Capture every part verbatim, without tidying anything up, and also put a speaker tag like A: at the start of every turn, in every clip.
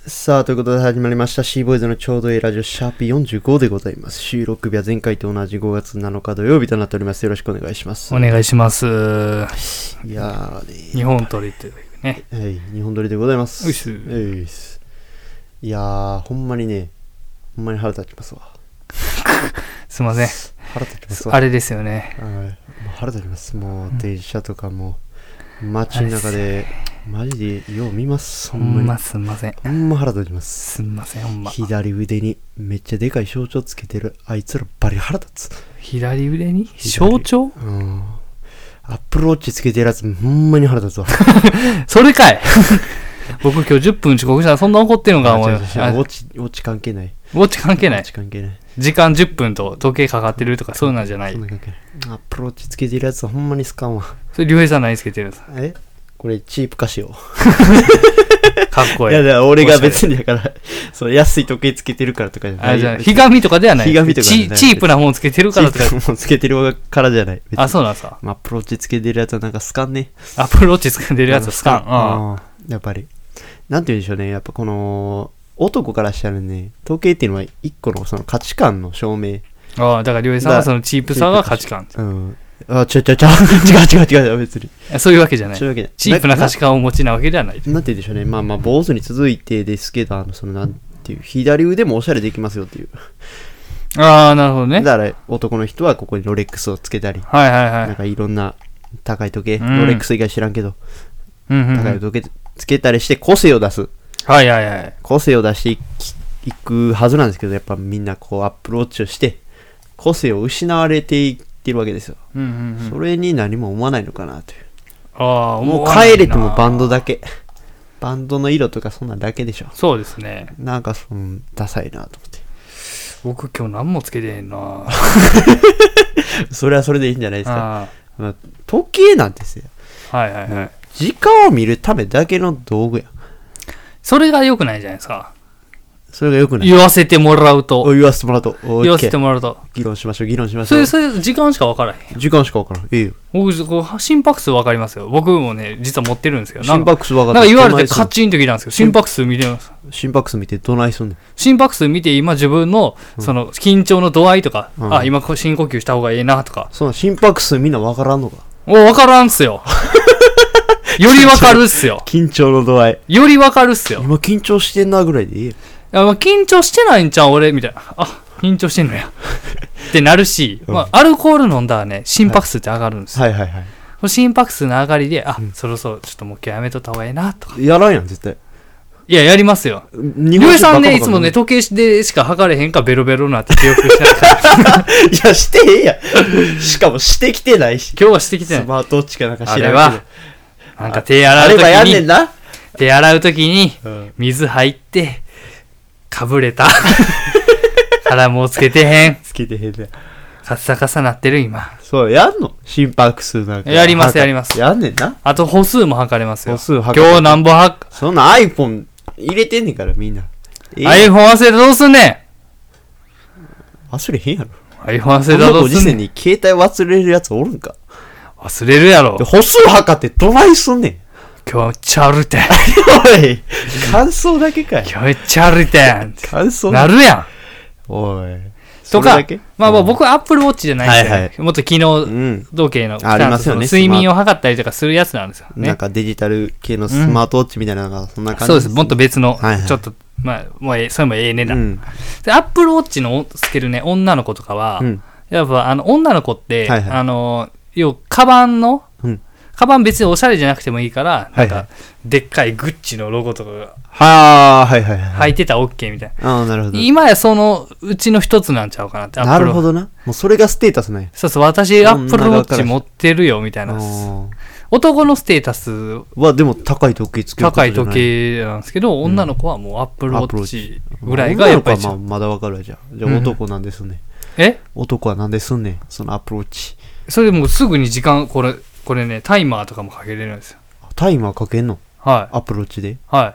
A: さあということで始まりました C ボーイズのちょうどいいラジオシャープよんじゅうごでございます。収録日は前回と同じごがつなのか土曜日となっております。よろしくお願いします。
B: お願いします。い
A: やーね
B: 日本撮りっていうね、
A: はい、日本撮りでございます。
B: ういす
A: ういすいやーほんまにねほんまに腹立ちますわ。
B: すいません、
A: 腹立ちますわ。
B: あれですよね、
A: はい、もう腹立ちます。もう電車とかも街の中でマジでよう見ます。
B: ほんますんません
A: ほんま腹立ちます。
B: すんませんほんま。
A: 左腕にめっちゃでかい象徴つけてるあいつらバリ腹立つ。
B: 左腕に象徴、
A: うん、アップルウォッチつけてるやつほんまに腹立つわ。
B: それかい僕今日じゅっぷん遅刻したらそんな怒ってんのか思う。ウォ
A: ッチウォッチ関係ない。
B: ウォッチ関係ない。
A: ウォッチ関係ない。
B: 時間じゅっぷんと時計かかってるとかそういうのじゃない。
A: そんな関係ない。アップルウォッチつけてるやつはほんまに好かんわ。
B: それりょうへいさん何つけてるんですか？
A: えこれチープカシオ。
B: かっこいい。
A: いやだから俺が別にだからそう安い時計つけてるからとかじゃない。
B: あじゃあひがみとかではない。
A: ひがみとかじゃない。
B: チープなもんつけてるからとか。
A: チープなもんつけてるからじゃない。
B: あそうなんですか。
A: まあ、アップルウォッチつけてるやつはなんか好かんね。
B: アップルウォッチつけてるやつは好かん。
A: ああやっぱりなんて言うんでしょうね。やっぱこの男からしたらね時計っていうのは一個のその価値観の証明。
B: ああだからりょうへいさんはそのチープさが価値観。
A: うんあ、ちょちょちょ、違う違う違う、別に。
B: そういうわけじゃない。
A: そういうわけじゃない。
B: チープな価値観をお持ちなわけではない。
A: なんて言うんでしょうね。まあまあ、坊主に続いてですけど、あの、その、なんていう、左腕もおしゃれできますよっていう。
B: ああ、なるほどね。
A: だから、男の人はここにロレックスをつけたり、
B: はいはいはい。
A: なんかいろんな高い時計、
B: うん、
A: ロレックス以外知らんけど、
B: うんうんうん、
A: 高い時計つけたりして個性を出す。
B: はいはいはい。
A: 個性を出していいくはずなんですけど、やっぱみんなこう、アップローチをして、個性を失われていってるわけですよ、
B: うんうんうん、
A: それに何も思わないのかなという。
B: あ
A: もう帰れてもバンドだけバンドの色とかそんなんだけでしょ。
B: そうですね。
A: なんかそのダサいなと思って。
B: 僕今日何もつけてへんな
A: それはそれでいいんじゃないですか。
B: あ、
A: まあ、時計なんですよ。
B: はいはいはい。
A: 時間を見るためだけの道具や。
B: それが良くないじゃないですか。
A: それが良くない。
B: 言わせてもらうと。
A: 言わせてもらうと。
B: 言わせてもらうと。
A: 議論しましょう、議論しましょう。
B: それ、それ、時間しか分からへん。
A: 時間しか分からん。いいよ。
B: 僕、こう心拍数分かりますよ。僕もね、実は持ってるんですよ。
A: 心拍数分かる。
B: なんか言われてカチンときたんですけど、心拍数見てます。
A: 心拍数見てどないすんねん。
B: 心拍数見て、今自分の、その、緊張の度合いとか、
A: うん、
B: あ、今深呼吸した方がいいなとか。
A: その心拍数みんな分からんのか。
B: お、分からんっすよ。より分かるっすよ。
A: 緊張の度合い。
B: より分かるっすよ。
A: 今緊張してんなぐらいでいいよ。
B: いやまあ緊張してないんちゃう俺みたいな。あ、緊張してんのやってなるし、うん、まあ、アルコール飲んだらね心拍数って上がるんですよ、
A: はい、はいはいはい。
B: 心拍数の上がりであ、うん、そろそろちょっともう今日やめとった方がいいなとか。
A: やらんやん絶対。
B: いややりますよ。りょうへいさんねいつもね時計でしか測れへんかベロベロなって記憶してないから
A: いやしてへんやん。しかもしてきてないし。
B: 今日はしてきてない。
A: スマートウォッチかなんか知らんけど。
B: あれはなんか手洗うときに
A: あれはやんねんな。
B: 手洗うときに水入ってかぶれた腹もうつけてへん。
A: つけてへんねん。
B: カッサカサなってる今。
A: そうやんの心拍数なんか。
B: やりますやります。
A: やんねんな。
B: あと歩数も測れますよ。
A: 歩数測れ。
B: 今日なんぼ測
A: そんな iPhone 入れてんねんからみんな。
B: えー、iPhone 忘れたらどうすんね
A: ん。忘れへんやろ。
B: iPhone 忘れたらどうすんねん。
A: このご時世に携帯忘れるやつおるんか。
B: 忘れるやろ。
A: 歩数測ってどないすんねん。
B: 今日めっちゃ歩いてん。
A: おい、感想だけかい。
B: 今日めっちゃ歩いてん。
A: 感想
B: なるやん。
A: おい。
B: とか、まあまあ僕は Apple Watch じゃないんですよ。はいはい、もっと機能時計の、うん、
A: ありますよね。
B: 睡眠を測ったりとかするやつなんですよね。
A: なんかデジタル系のスマートウォッチみたいなのがそんな感じ、ね、
B: そうです。もっと別の、
A: はいはい、
B: ちょっと、まあ、もうええ、それもええねだ。
A: うん、
B: で、Apple Watch のつけるね、女の子とかは、うん、やっぱあの女の子って、はいはい、あの、要は、カバンの、うんカバン別におしゃれじゃなくてもいいから、なんか、でっかいグッチのロゴとかが、
A: はあ、はいはいはい。
B: 履いてたら OK みたいな。
A: ああ、なるほど。
B: 今やそのうちの一つなんちゃうかなって。
A: なるほどな。もうそれがステータスね。
B: そうそう、私、アップルウォッチ持ってるよ、みたいな。男のステータス
A: は、でも高い時計つける
B: 高い時計なんですけど、女の子はもうアップルウォッチぐらいがやっぱり。
A: まあ、まだわかるわ、じゃあ。じゃあ男なんですね。
B: うん、え
A: 男はなんですんねん、そのアップルウォッチ。
B: それでもうすぐに時間、これ、これね、タイマーとかもかけれるんですよ。
A: タイマーかけんの？
B: はい。
A: アップルウォッチで？
B: はい。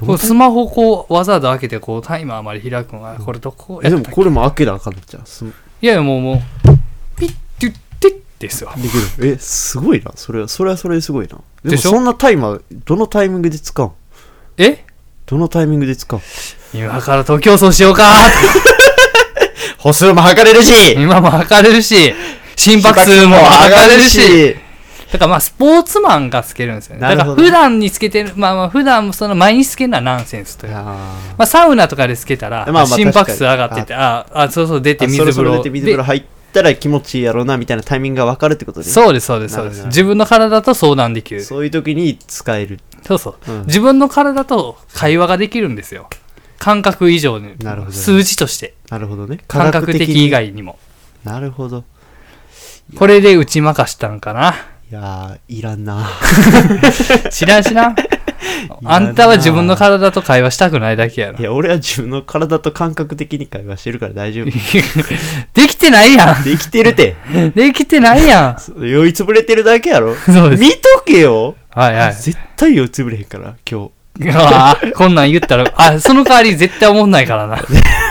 B: こうスマホこうわざわざ開けてこうタイマーまで開くのが、これどこ
A: やったっけ？でもこれも開けなあかんのじゃん。
B: いやいやもうもう、ピッテュッテッですよ。
A: できる。え、すごいな。それは、それはそれですごいな。でもそんなタイマー、どのタイミングで使うん？
B: え
A: どのタイミングで使う？
B: 今から徒競走しようか
A: 歩数も測れるし
B: 今も測れるし心拍数も測れるしだからまあスポーツマンがつけるんですよね。だから普段につけてる、まあまあ普段その毎日つけるのはナンセンスという。あまあサウナとかでつけたら、まあまあ心拍数上がってて、ああ、そうそう出て水風呂。出て
A: 水風呂入ったら気持ちいいやろうなみたいなタイミングが分かるってことで、ね。
B: そうですそうですそうです。自分の体と相談できる。
A: そういう時に使える。
B: そうそう。うん、自分の体と会話ができるんですよ。感覚以上に。なるほど、ね。数字として。
A: なるほどね。
B: 感覚的以外にも。
A: なるほど。
B: これで打ち負かしたんかな。
A: いやー、いらんな。
B: 知らん知らん。あんたは自分の体と会話したくないだけやろ。
A: いや、俺は自分の体と感覚的に会話してるから大丈夫。
B: できてないやん。
A: できてるて。
B: できてないや
A: ん。酔いつぶれてるだけやろ。
B: そうです。
A: 見とけよ。
B: はいはい。
A: 絶対酔いつぶれへんから、今日。
B: ああ、こんなん言ったら、あ、その代わり絶対思んないからな。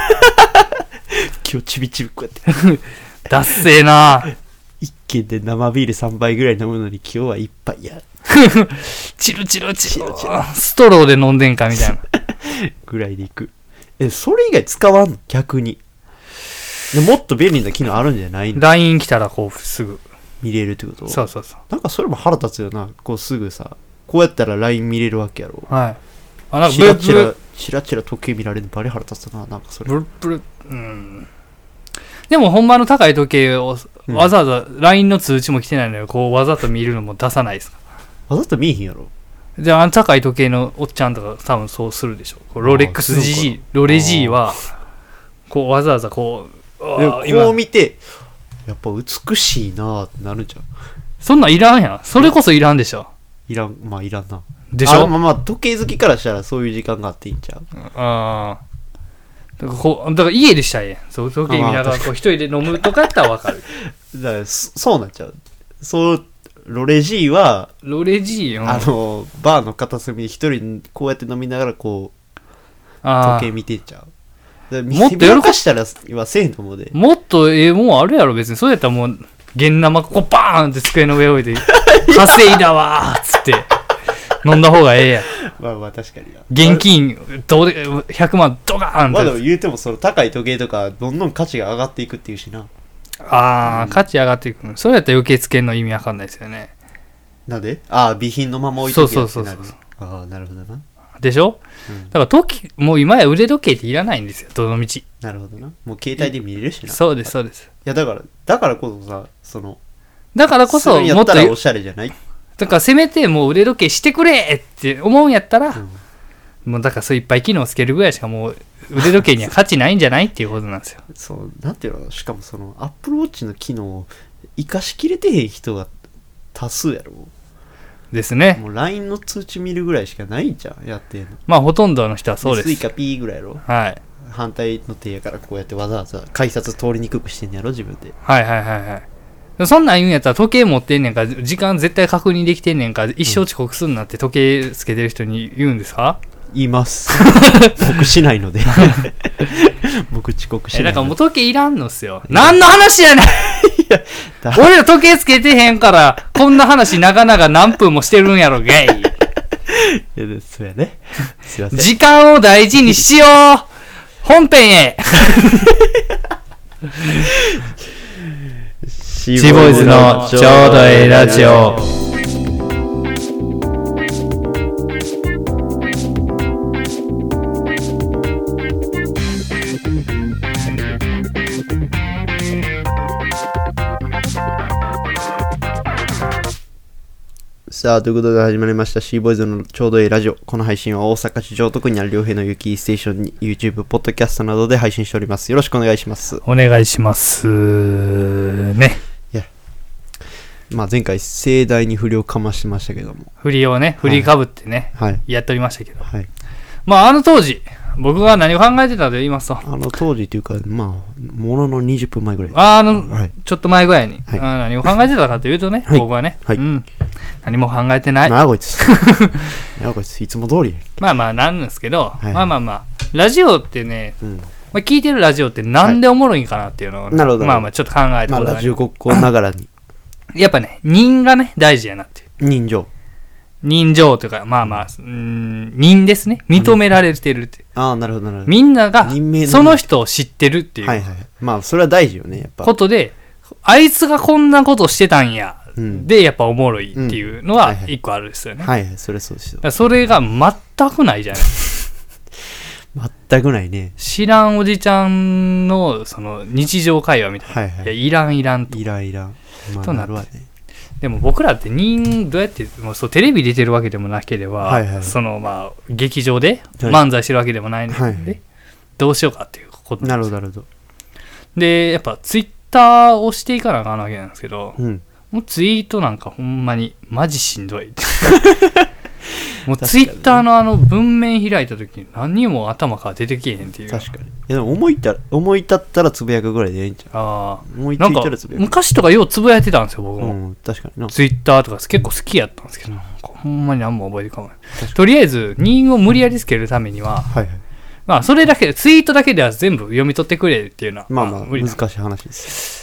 A: 今日ちびちびこうやって。
B: だっせーな。
A: 一軒で生ビールさんばいぐらい飲むのに今日は一杯や。
B: チルチルチルチル。ストローで飲んでんかみたいな。
A: ぐらいでいく。え、それ以外使わんの？逆に。もっと便利な機能あるんじゃないの？
B: ライン 来たらこうすぐ。
A: 見れるってこと？
B: そうそうそう。
A: なんかそれも腹立つよな。こうすぐさ、こうやったら ライン 見れるわけやろ。
B: はい。
A: あ、なんかチラチラ、チラチラ時計見られるのバリ腹立つな。なんかそれ。
B: ブルブル、うん。でも本番の高い時計をわざわざ ライン の通知も来てないのよ、こうわざと見るのも出さないですか？
A: わざと見えへんやろ。
B: じゃあ、あの高い時計のおっちゃんとか多分そうするでしょ。ロレックス ジージー、ロレ G は、こうわざわざこう、
A: こう見て、やっぱ美しいなーってなるんじゃん。
B: そんなんいらんやん。それこそいらんでしょ。
A: いらん、まあいらんな。
B: でしょ？
A: あ、まあまあ時計好きからしたらそういう時間があっていいんちゃう？
B: ああ。だからこうだから家でしたいやん。そう時計見ながらこう一人で飲むとかやったらわかる。
A: だからそうなっちゃう。そうロレ G は
B: ロレ G よ。
A: あのバーの片隅で一人こうやって飲みながらこう時計見てんちゃう。もっとやるかしたら今せえへんと思うで。
B: もっとええもんあるやろ別に。そうやったらもう現生こうバーンって机の上置いて稼いだわーっつって飲んだ方がええやん。
A: まあまあ確かにな。
B: 現金どうでひゃくまんドカーンって。
A: まあでも言うてもその高い時計とかどんどん価値が上がっていくっていうしな。
B: ああ、うん、価値上がっていく。それやったら余計つけんの意味わかんないですよね。
A: なんで？ああ、備品のまま置いとけってなる。
B: そうそうそうそう。
A: ああ、なるほどな。
B: でしょ、うん、だから時もう今や腕時計っていらないんですよ、どの道。
A: なるほどな。もう携帯で見れるしな。
B: そうですそうです。
A: いやだからだからこそさ、その
B: だからこそ
A: もっとおしゃれじゃない？
B: だからせめてもう腕時計してくれって思うんやったら、うん、もうだからそういっぱい機能つけるぐらいしかもう腕時計には価値ないんじゃないっていうことなんですよ。
A: そうなんていうの、しかもそのアップルウォッチの機能を生かしきれてへん人が多数やろ。
B: ですね。
A: もう ライン の通知見るぐらいしかないんじゃん、やってんの。
B: まあほとんどの人はそうです。
A: スイカ P ぐらいやろ。
B: はい。
A: 反対の手やからこうやってわざわざ改札通りにくくしてんやろ自分で。
B: はいはいはいはい。そんなん言うんやったら時計持ってんねんか時間絶対確認できてんねんか一生遅刻すんなって時計つけてる人に言うんですか？
A: 言います。僕しないので。僕遅刻しないので。
B: だからもう時計いらんのっすよ。何の話やねん。俺ら時計つけてへんからこんな話長々何分もしてるんやろゲイ。い
A: やそうやね。すいません。
B: 時間を大事にしよう。本編へ。シーボーイズのちょうどええラジオ。
A: さあということで始まりましたシーボーイズのちょうどいいラジオ。この配信は大阪市城東区にある両平のユキステーションに YouTube、ポッドキャストなどで配信しております。よろしくお願いします。
B: お願いしますね。
A: いや、まあ前回盛大に振りをかましてましたけども。
B: 振りをね、振りかぶってね、
A: はい、
B: やっておりましたけど。
A: はい。
B: まああの当時、僕が何を考えてたと言いますと。
A: あの当時というか、まあ、もののにじゅっぷんまえぐらい。
B: あ、あの、はい、ちょっと前ぐらいに、
A: はい、
B: あ何を考えてたかというとね、はい、僕はね、
A: はい、
B: うん、何も考えてない。
A: なあこいつ。なあこいつ、いつも通り。
B: まあまあなんですけど、はい、まあまあまあ、ラジオってね、うん、まあ、聞いてるラジオってなんでおもろいんかなっていうのを、はい、
A: なるほど
B: まあまあちょっと考えて
A: まあラジオごっこながらに。
B: やっぱね、人がね、大事やなっていう。
A: 人情。
B: 人情というか、まあまあ、うん、人ですね。認められてるって。
A: ああ、なるほどなるほど。
B: みんながその人を知ってるっていう。
A: はいはい。まあ、それは大事よね、やっぱ。
B: ことで、あいつがこんなことしてたんや。うん、で、やっぱおもろいっていうのは一個あるんですよね。
A: はいはい、それそうですよ。
B: それが全くないじゃない。
A: 全くないね。
B: 知らんおじちゃんのその日常会話みたいな。はいはい、いや、いらんいらんと。
A: いらんいらん。まあ、
B: となるわね。でも僕らって人どうやってもうそうテレビ出てるわけでもなければ、はいはい、そのまあ劇場で漫才してるわけでもないので、はいはい、どうしようかっていうこと
A: なんです。なるほどなるほど。
B: でやっぱツイッターをしていかなあかんわけなんですけど、うん、もうツイートなんかほんまにマジしんどい。もうツイッターのあの文面開いた時に何にも頭から出てけえへんっていう。
A: 確かに。いやでも思いたら思い立ったらつぶやくぐらいでええんちゃう。ああ。思いついたらつぶやく。
B: 昔とかようつぶやいてたんですよ僕も。
A: うん、確かにな。
B: ツイッターとか結構好きやったんですけど、なんかほんまに何も覚えてかない。とりあえず人を無理やりつけるためには、はいはい、まあそれだけツイートだけでは全部読み取ってくれっていうのは
A: まあまあ難しい話です。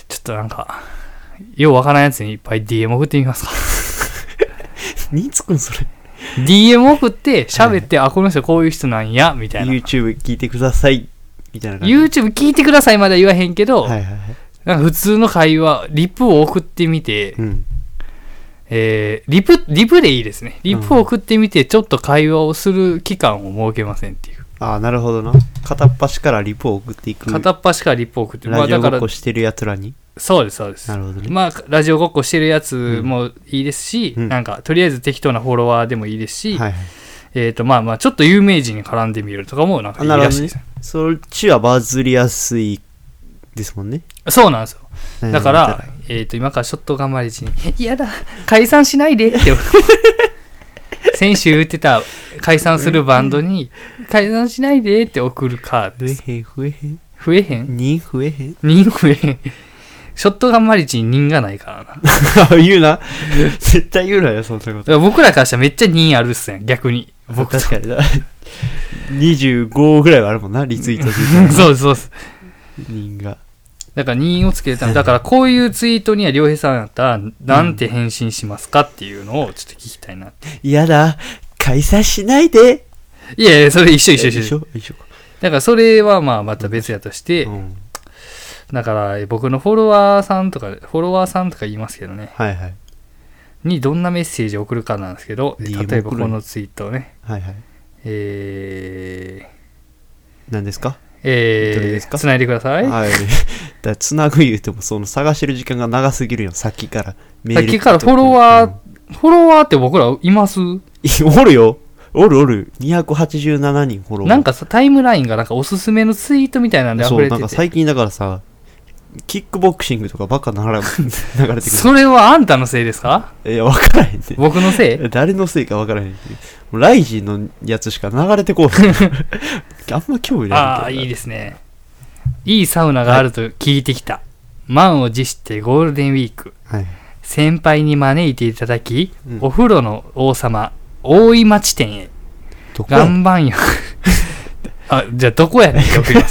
B: ちょっとなんかようわからんやつにいっぱい ディーエム 送ってみますか。
A: につくんそれ。
B: ディーエム 送って喋って、はい、あこの人こういう人なんやみたいな。
A: YouTube 聞いてくださいみたいな感じ。
B: YouTube 聞いてくださいまでは言わへんけど、はいはいはい、なんか普通の会話リプを送ってみて、うんえー、リプリプでいいですね。リプを送ってみてちょっと会話をする期間を設けませんっていう。
A: ああなるほどな。片っ端からリプを送っていく。
B: 片っ端からリプを送って
A: ラジオごっこしてるやつらに。
B: そうですそうです。
A: なるほどね。
B: まあラジオごっこしてるやつもいいですし、うん、なんかとりあえず適当なフォロワーでもいいですし、はいはい、えっ、ー、とまあまあちょっと有名人に絡んでみるとかもなんかいいらしいです。
A: ね、そっちはバズりやすいですもんね。
B: そうなんですよ。だから、えっ、ー、と今からショットガンマリッジにいやだ解散しないでって先週言ってた解散するバンドに解散しないでって送るカードです。
A: 増えへん増えへん
B: 増えへん
A: 人増えへん
B: 人増えへん。ショットガンマリッジに人がないから
A: な。言うな。絶対言うなよ、そんなこと。
B: 僕らからしたらめっちゃ人あるっすね、逆に。僕
A: 確かにな。にじゅうごぐらいはあるもんな、リツイート
B: してそうです、そうです。
A: 人が。
B: だから人をつけるため、だからこういうツイートには良平さんだったら、なんて返信しますかっていうのをちょっと聞きたいなって。
A: 嫌だ、解散しないで。
B: いやいや、それ一緒一緒一緒。
A: 一緒一緒。
B: だからそれはまあまた別やとして、うんだから僕のフォロワーさんとかフォロワーさんとか言いますけどね、はいはい、にどんなメッセージを送るかなんですけど、例えばこのツイートをね、はいはい、え
A: ー、何ですか？
B: えー、どれですか？つないでください。
A: はい。だつなぐ言うてもその探してる時間が長すぎるよ。さっきから
B: メール。さっきからフォロワー、うん、フォロワーって僕らいます？
A: おるよ。おるおるにひゃくはちじゅうななにんフォロー。
B: なんかさタイムラインがなんかおすすめのツイートみたいなんで溢れてて。
A: そうなんか最近だからさ。キックボクシングとかばっか流れてくる。
B: それはあんたのせいですか？
A: いや、わからへんね。
B: 僕のせい？
A: 誰のせいかわからへん。ライジンのやつしか流れてこうへん。あんま興味ない。
B: ああ、いいですね。いいサウナがあると聞いてきた。はい、満を持してゴールデンウィーク。はい、先輩に招いていただき、うん、お風呂の王様、大井町店へ。岩盤浴。あ、じゃあどこやねんって送ります。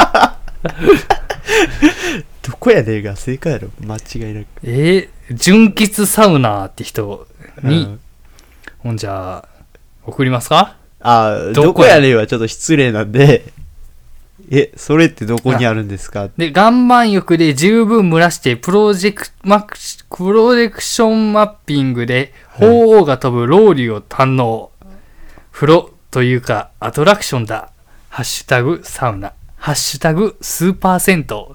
A: どこやねんが正解やろ、間違いなく。
B: えー、純喫サウナーって人に、うん、ほんじゃあ送りますか？
A: あ、どこやねんはちょっと失礼なんで、え、それってどこにあるんですか？
B: で、岩盤浴で十分蒸らしてプロジェクマクプロジェクションマッピングで鳳凰が飛ぶロウリュを堪能、はい、風呂というかアトラクションだ。ハッシュタグサウナ、ハッシュタグスーパー銭湯。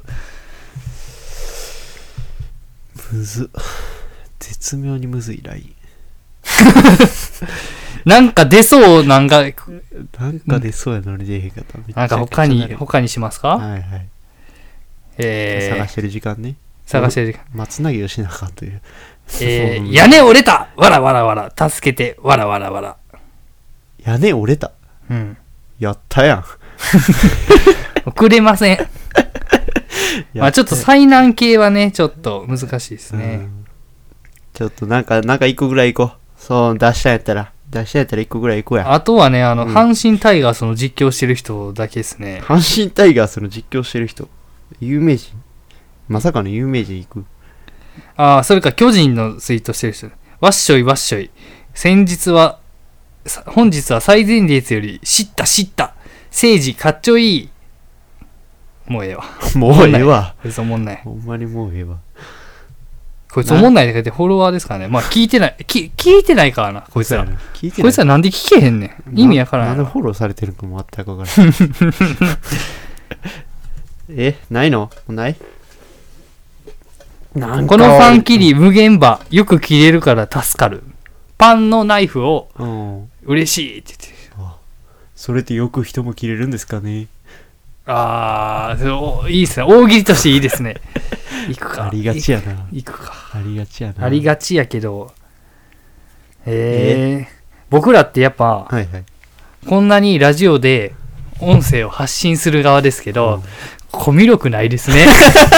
A: むず、絶妙にむずいライン。
B: なんか出そうなんか
A: なんか出そうやのに出へんかった。
B: なんか他に他にしますか？
A: はいはい。
B: えー、
A: 探してる時間ね。
B: 探してる時間。
A: 松永義仲という。
B: えー、屋根折れた。わらわらわら。助けて。わらわらわら。
A: 屋根折れた。
B: うん。
A: やったやん。
B: 送れません。まあちょっと災難系はねちょっと難しいですね、うん、
A: ちょっとなんかなんかいっこぐらい行こう。そう出したんやったら出したんやったらいっこぐらい行こうや。
B: あとはねあの、うん、阪神タイガースの実況してる人だけですね。
A: 阪神タイガースの実況してる人有名人、まさかの有名人行く。
B: ああそれか巨人のツイートしてる人わっしょいわっしょい先日は本日は最前列より知った知った政治かっちょいい。もうええわ。
A: もうええわ。
B: こいつおもんない。
A: ほんまにもうええわ。
B: こいつおもんないで書いてフォロワーですからね。まあ聞いてない、き聞いてないからな、こいつら。聞いてない。こいつらなんで聞けへんねん。意味わからん。
A: なんでフォローされてるかも全くわからん。え、ないのない
B: なんこのパン切り無限刃、よく切れるから助かる。パンのナイフを、うん、嬉しいって言って。
A: あ、それってよく人も切れるんですかね。
B: ああ、いいですね。大喜利としていいですね。行くか。
A: ありがちやな。
B: 行くか。
A: ありがちやな。
B: ありがちやけど、えー、僕らってやっぱ、はいはい、こんなにラジオで音声を発信する側ですけど、うん、コミュ力ないですね。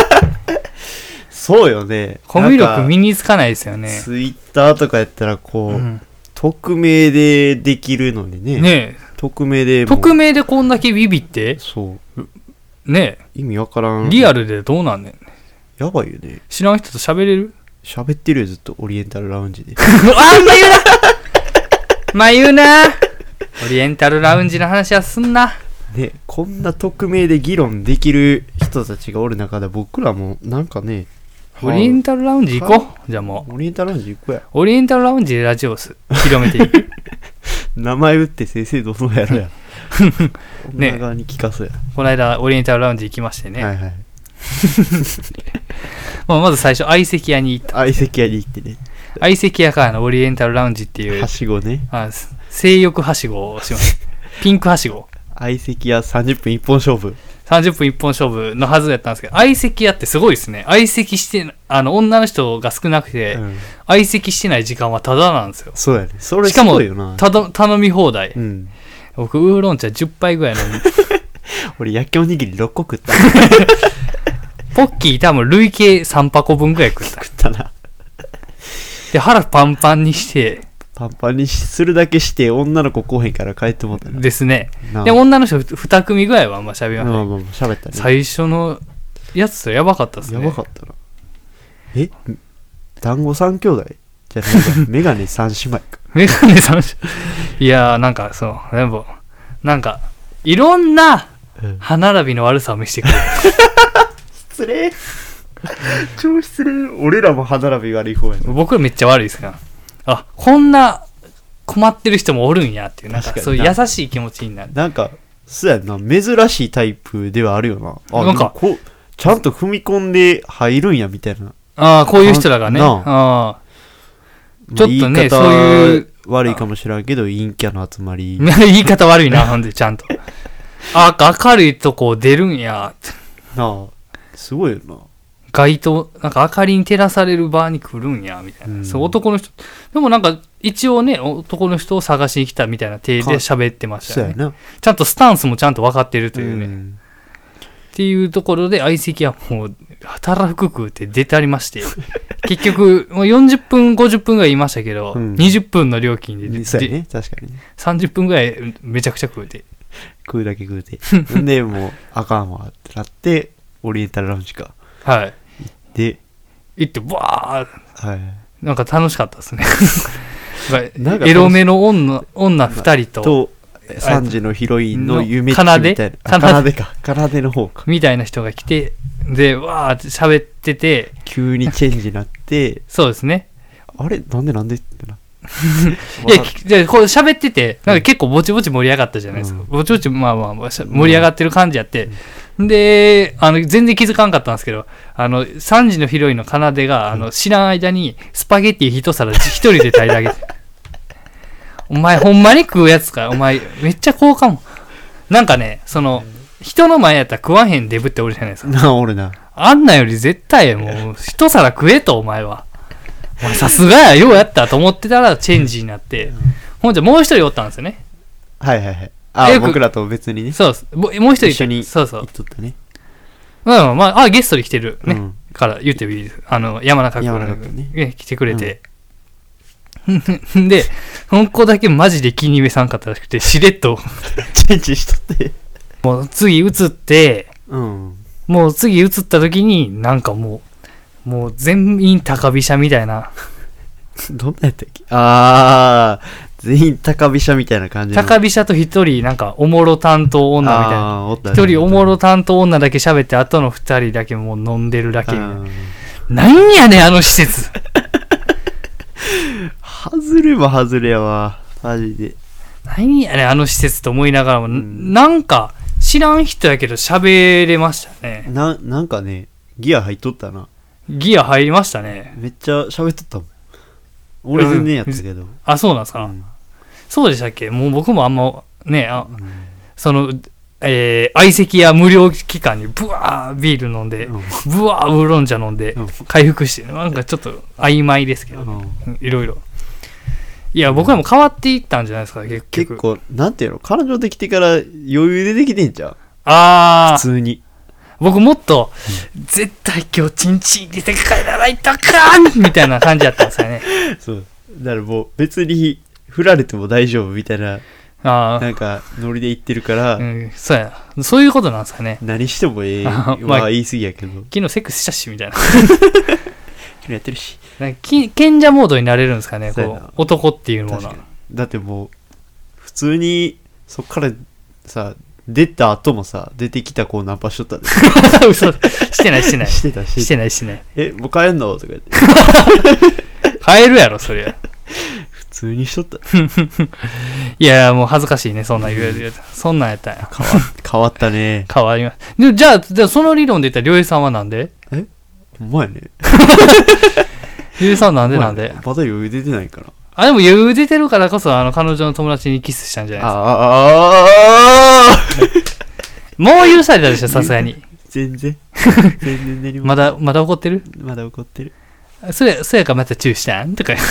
A: そうよね。
B: コミュ力身につかないですよね。
A: ツイッターとかやったらこう、うん、匿名でできるのにね。ねえ。匿名で。
B: 匿名でこんだけビビって。
A: そう。
B: ねえ。
A: 意味わからん。
B: リアルでどうなんねん。
A: やばいよね。
B: 知らん人と喋れる？
A: 喋ってるよ、ずっとオリエンタルラウンジで。
B: あんま言うなまあ言うなオリエンタルラウンジの話はすんな。
A: ね、こんな匿名で議論できる人たちがおる中で僕らもなんかね、
B: オリエンタルラウンジ行こう。じゃあも
A: うオリエンタルラウンジ行こうや。
B: オリエンタルラウンジでラジオをす広めていく。
A: 名前打って先生どうぞやろや。ね、側に聞かそうや。
B: この間オリエンタルラウンジ行きましてね。
A: はいはい。
B: まあまず最初相席屋に行った。
A: 相席屋に行ってね。
B: 相席屋からのオリエンタルラウンジっていう
A: はしごね。
B: あ、性欲はしごをします。ピンクはしご。
A: 相席屋さんじゅっぷん一本勝負。
B: さんじゅっぷん一本勝負のはずだったんですけど、相席屋ってすごいですね。相席してあの女の人が少なくて、うん、相席してない時間はタダなんですよ。
A: そうやね。それすごいよな。
B: しかもただ頼み放題。うん、僕ウーロン茶じゅっぱいぐらい飲む。
A: 俺焼きおにぎりろっこ食った。
B: ポッキー多分累計さんぱこぶんぐらい食った。
A: 食ったな。
B: で腹パンパンにして。
A: パンパンにするだけして女の子来へんから帰ってもったな。
B: ですね。で女の人に組ぐらいはあんま喋りました。
A: まあまあ喋ったね。
B: 最初のやつとやばかったっすね。
A: やばかったな。え団子三兄弟じゃないか。メガネ三姉妹か。
B: メガネ三姉妹。いやーなんかそうでもなんかいろんな歯並びの悪さを見せてくれる。
A: 失礼。超失礼。俺らも歯並び悪い方やな。
B: 僕らめっちゃ悪いですから。あ、こんな困ってる人もおるんやっていう、なんかそういう優しい気持ちになる。
A: なんか、そうやな、珍しいタイプではあるよな。あ、なんかこう、ちゃんと踏み込んで入るんやみたいな。
B: ああ、こういう人らがね。ああ。ちょっとね、そういう。
A: 悪いかもしれんけど、陰キャの集まり。
B: 言い方悪いな、ほんで、ちゃんと。あ、明るいとこ出るんや。
A: なあ、すごいよな。
B: 街灯なんか明かりに照らされるバーに来るんやみたいな、うん、そう男の人でもなんか一応ね男の人を探しに来たみたいな体で喋ってましたよね。ちゃんとスタンスもちゃんと分かってるというね、うん、っていうところで相席はもうたらふく食うって出てありまして結局もうよんじゅっぷんごじゅっぷんぐらいいましたけど、うん、にじゅっぷんの料金でで、
A: そうやね、確かにね、
B: さんじゅっぷんぐらいめちゃくちゃ食うて
A: 食うだけ食うてでもうあかんわってなってオリエンタルラウンジか
B: はい
A: で
B: 行ってバー、はい、なんか楽しかったですね。
A: なんか
B: エロめの女女ふたりと
A: とさんじのヒロインの夢っちみたいなかなでかかなでの方か
B: みたいな人が来てでわーって喋ってて
A: 急にチェンジになって
B: そうですね
A: あれなんでなんでってな。
B: いやじゃこう喋っててなんか結構ぼちぼち盛り上がったじゃないですか、うん、ぼちぼちまあまあ盛り上がってる感じやって、うん、であの全然気づかんかったんですけどあのさんじのヒロインのかなでが、うん、あの知らん間にスパゲッティ一皿一人で炊いてあげてお前ほんまに食うやつかお前めっちゃ高かもなんかねその人の前やったら食わへんデブっておるじゃないですか
A: な俺な
B: あんなより絶対もう一皿食えとお前はさすがやようやったと思ってたらチェンジになって、うん、ほんじゃもう一人おったんですよね
A: はいはいはいあ僕らと別にね
B: そうですもう一人
A: 一緒に
B: そうそう
A: 行っとったね
B: まあまああゲストに来てるね、うん、から言ってもいいですあの山中君が、ね、来てくれて、うん、でその子だけマジで気に召さんかったらしくてしれっと
A: チェンジしとって
B: もう次移って、うん、もう次移った時になんかもうもう全員高飛車みたいな
A: どんなやったっけ。あー、全員高飛車みたいな感じの。
B: 高飛車と一人なんかおもろ担当女みたいな。一、ね、人おもろ担当女だけ喋って、あとの二人だけもう飲んでるだけみたいな。なんやねんあの施設。
A: 外れば外れやわマジで。
B: なんやねんあの施設と思いながらも、うん、なんか知らん人やけど喋れましたね。
A: ななんかねギア入っとったな。
B: ギア入りましたね。
A: めっちゃ喋っとったもん。俺全然やったけど、うん、
B: あそうなんですか、うん、そうでしたっけ。もう僕もあんまねあ、うん、そのえー、相席や無料期間にブワービール飲んで、うん、ブワーウーロン茶飲んで、うん、回復してなんかちょっと曖昧ですけど、ねうん、いろいろ。いや僕らも変わっていったんじゃないですか結局。
A: 結構なんていうの彼女できてから余裕でできてんじゃん。
B: あ
A: 普通に。
B: 僕もっと、うん、絶対今日チンチン入れて帰らないとかみたいな感じだったんですよね。
A: そうだからもう別に振られても大丈夫みたいな。あなんかノリで言ってるから、
B: うん、そうやそういうことなんですかね。
A: 何してもええは、まあ、言い過ぎやけど
B: 昨日セックスしたしみたいな
A: 昨日やってるし
B: 賢者モードになれるんですかねこう男っていうものは。
A: だってもう普通にそっからさ出た後もさ出てきた子をナンパしとったで
B: 嘘してないしてない
A: してたしてた
B: してないしてない
A: えもう帰んのとか言って
B: 帰るやろそりゃ
A: 普通にしとった
B: いやもう恥ずかしいねそんなん言われるやつ、うん、そんなんやったんや
A: 変わ変わったね
B: 変わりますでじゃあじゃあその理論で言ったらりょうえさんはなんで
A: えお前ね
B: りょうえさんなんでなんで
A: まだ余裕出てないかな
B: あでも余裕出てるからこそあの彼女の友達にキスしたんじゃないですか。
A: ああ
B: もう許されたでしょさすがに。
A: 全然全然何も
B: まだまだ怒ってる
A: まだ怒ってる
B: そやそやかまたチューしたんとか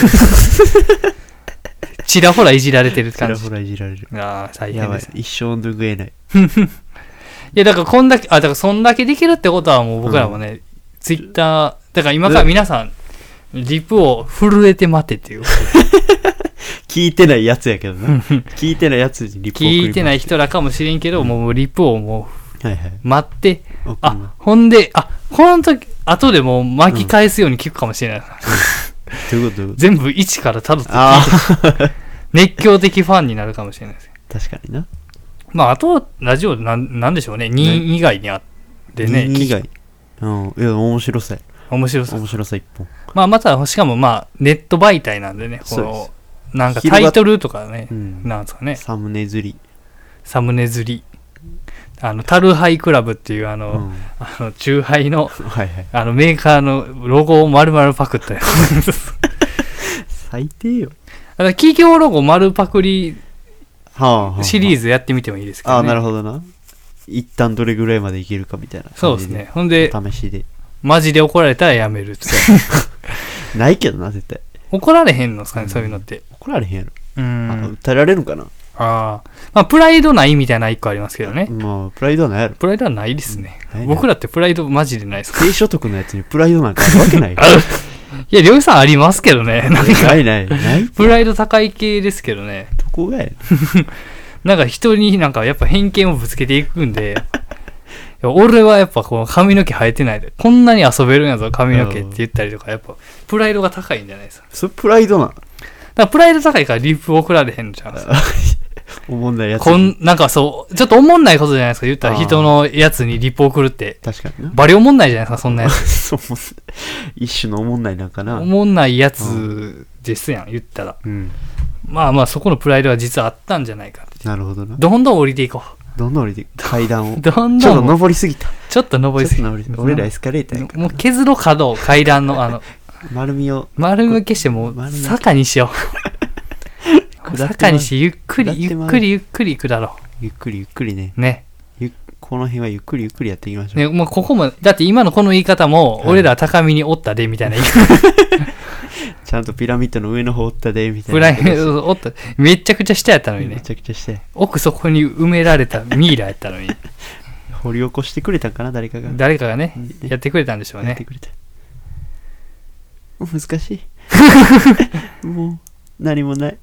B: ちらほらいじられてる感じ。
A: ちらほらいじられる。
B: ああ大変です。
A: 一生拭えない。
B: いやだからこんだけあだからそんだけできるってことはもう僕らもね、うん、ツイッターだから今から皆さんリプを震えて待てっていう
A: 聞いてないやつやけどな聞いてないやつにリプを
B: 聞いてない人らかもしれんけど、うん、もうリプをもう、はいはい、待って、
A: うん、
B: あほんであこの時後でもう巻き返すように聞くかもしれない、
A: うん、どういうこと
B: 全部一からたどって聞いて熱狂的ファンになるかもしれないです。
A: 確かにな。
B: まああとラジオな ん, なんでしょうねに以外にあってね
A: に以外うんいや面白さ
B: 面白さ
A: 面白さ一本。
B: まあまたしかもまあネット媒体なんでねこのなんかタイトルとかね、うん、なんですかね
A: サムネ釣り
B: サムネ釣りあのタルハイクラブっていうあの、うん、あのチューハイのはい、はい、あのメーカーのロゴを丸々パクったやつ
A: 最低よ。
B: 企業ロゴ丸パクリシリーズやってみてもいいですけどね。
A: ああなるほどな。一旦どれぐらいまでいけるかみたいな感じで。
B: そうですね。ほんで
A: 試しで
B: マジで怒られたらやめるって
A: ないけどな絶対。
B: 怒られへんのですかね、うん、そういうのって。
A: 怒られへんやろ。
B: うん。
A: あ訴えられるのかな。
B: ああまあプライドないみたいな一個ありますけどね。
A: まあプライドはないやろ。
B: プライドはないですね。うん、僕らってプライドマジでないです。
A: 低所得のやつにプライドなんかあるわけないから
B: いやりょうさんありますけどね。なんか
A: ないないない
B: プライド高い系ですけどね。
A: どこがや
B: なんか人になんかやっぱ偏見をぶつけていくんで俺はやっぱこの髪の毛生えてないでこんなに遊べるんやぞ髪の毛って言ったりとかやっぱプライドが高いんじゃないですか。
A: それプライドなの。だ
B: からプライド高いからリップ送られへんじゃん。
A: おもんないやつ
B: こんなんかそうちょっとおもんないことじゃないですか言ったら人のやつにリップ送るって
A: 確かにな
B: バリおもんないじゃないですかそんなやつ
A: そう一種のおもんないなんかな
B: おもんないやつですやん言ったら、うん、まあまあそこのプライドは実はあったんじゃないかって。
A: なるほどな。
B: どんどん降りていこ
A: うどんどん降りていく階段を
B: どんどん
A: ちょっと登りすぎた
B: ちょっと登りすぎた
A: 俺らエスカレーターやから
B: もう削ろ角を階段のあの
A: 丸みを
B: 丸みを消してもう坂にしよう坂にしてゆっくりゆっくりゆっくり下ろう
A: ゆっくりゆっくりね
B: ね
A: ゆこの辺はゆっくりゆっくりやっていきましょう
B: ね。もうここもだって今のこの言い方も、はい、俺ら高みにおったでみたいな言い方
A: ちゃんとピラミッドの上の方おったでみたいな。
B: プライおっためっちゃくちゃ下やったのにね。
A: めちゃくちゃ下や。
B: 奥底に埋められたミイラやったのに
A: 掘り起こしてくれたんかな誰かが
B: 誰かがね、ねやってくれたんでしょうね。
A: やってくれた。難しいもう何もない。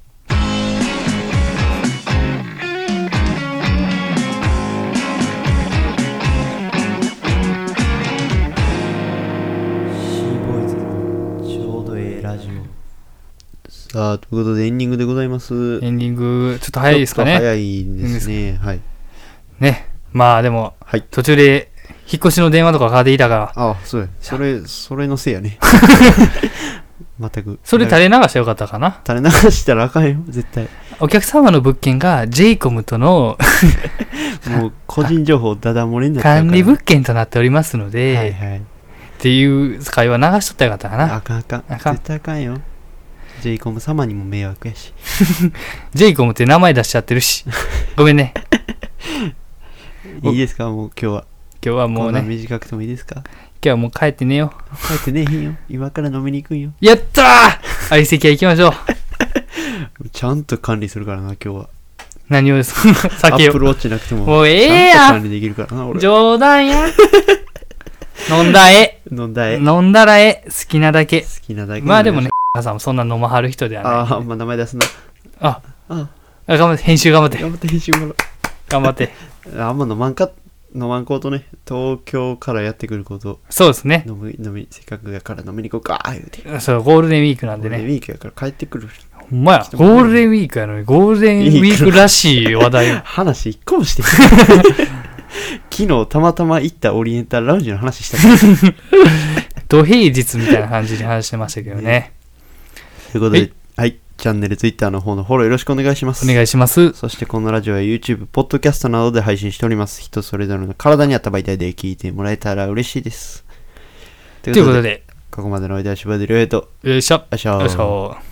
A: さあ、ということでエンディングでございます。
B: エンディング、ちょっと早いですかね。
A: 早いですね。はい。
B: ね。まあでも、
A: はい、
B: 途中で引っ越しの電話とかかかっていたから。
A: ああ、そうや。それ、それのせいやね。全く。
B: それ垂れ流したらよかったかな。
A: 垂れ流したらあかんよ、絶対。
B: お客様の物件が ジェイコム との
A: もう個人情報ダダ漏れになっちゃうから、ね、
B: 管理物件となっておりますので、
A: はいはい、
B: っていう会話流しとったらよかったかな。
A: あかんあかん。あかん絶対あかんよ。ジェイコム 様にも迷惑やし。
B: ジェイコム って名前出しちゃってるし。ごめんね。
A: いいですか、もう今日は。
B: 今日はもうね。
A: こんな短くてもいいですか。
B: 今日はもう帰って寝よ
A: う。帰って寝へんよ。今から飲みに行くんよ。
B: やったー相席屋行きましょう。
A: ちゃんと管理するからな、今日は。
B: 何をですか酒を。
A: アップルウォッチなくても。
B: もうええやん。
A: ちゃんと管理できるからな、俺。
B: 冗談や。飲んだえ。
A: 飲んだえ。
B: 飲んだらえ。好きなだけ。
A: 好きなだけ。
B: まあでもね、母さんもそんな飲まはる人ではない。
A: ああ、まあ名前出すな。
B: あ、あ、頑張って、編集頑張って。
A: 頑張って、編集頑張ろう。
B: 頑張って。
A: あんま飲まんか、飲まんことね、東京からやってくること。
B: そうですね。
A: 飲み、飲み、せっかくやから飲みに行こうか、言うて。
B: そう、ゴールデンウィークなんでね。
A: ゴールデンウィークやから帰ってくる。
B: ほんまや、ゴールデンウィークやのに、ゴールデンウィークらしい話題。
A: 話一個もして昨日たまたま行ったオリエンタルラウンジの話したから
B: 土平日みたいな感じに話してましたけどね。ね
A: ということで、はい、はい、チャンネル、ツイッターの方のフォローよろしくお願いします。
B: お願いします。
A: そしてこのラジオは YouTube、ポッドキャストなどで配信しております。人それぞれの体に合った媒体で聞いてもらえたら嬉しいです。
B: ということで、
A: ここまでのお相手は柴田亮平と、
B: よいしょ。
A: よいしょ。
B: よいしょ。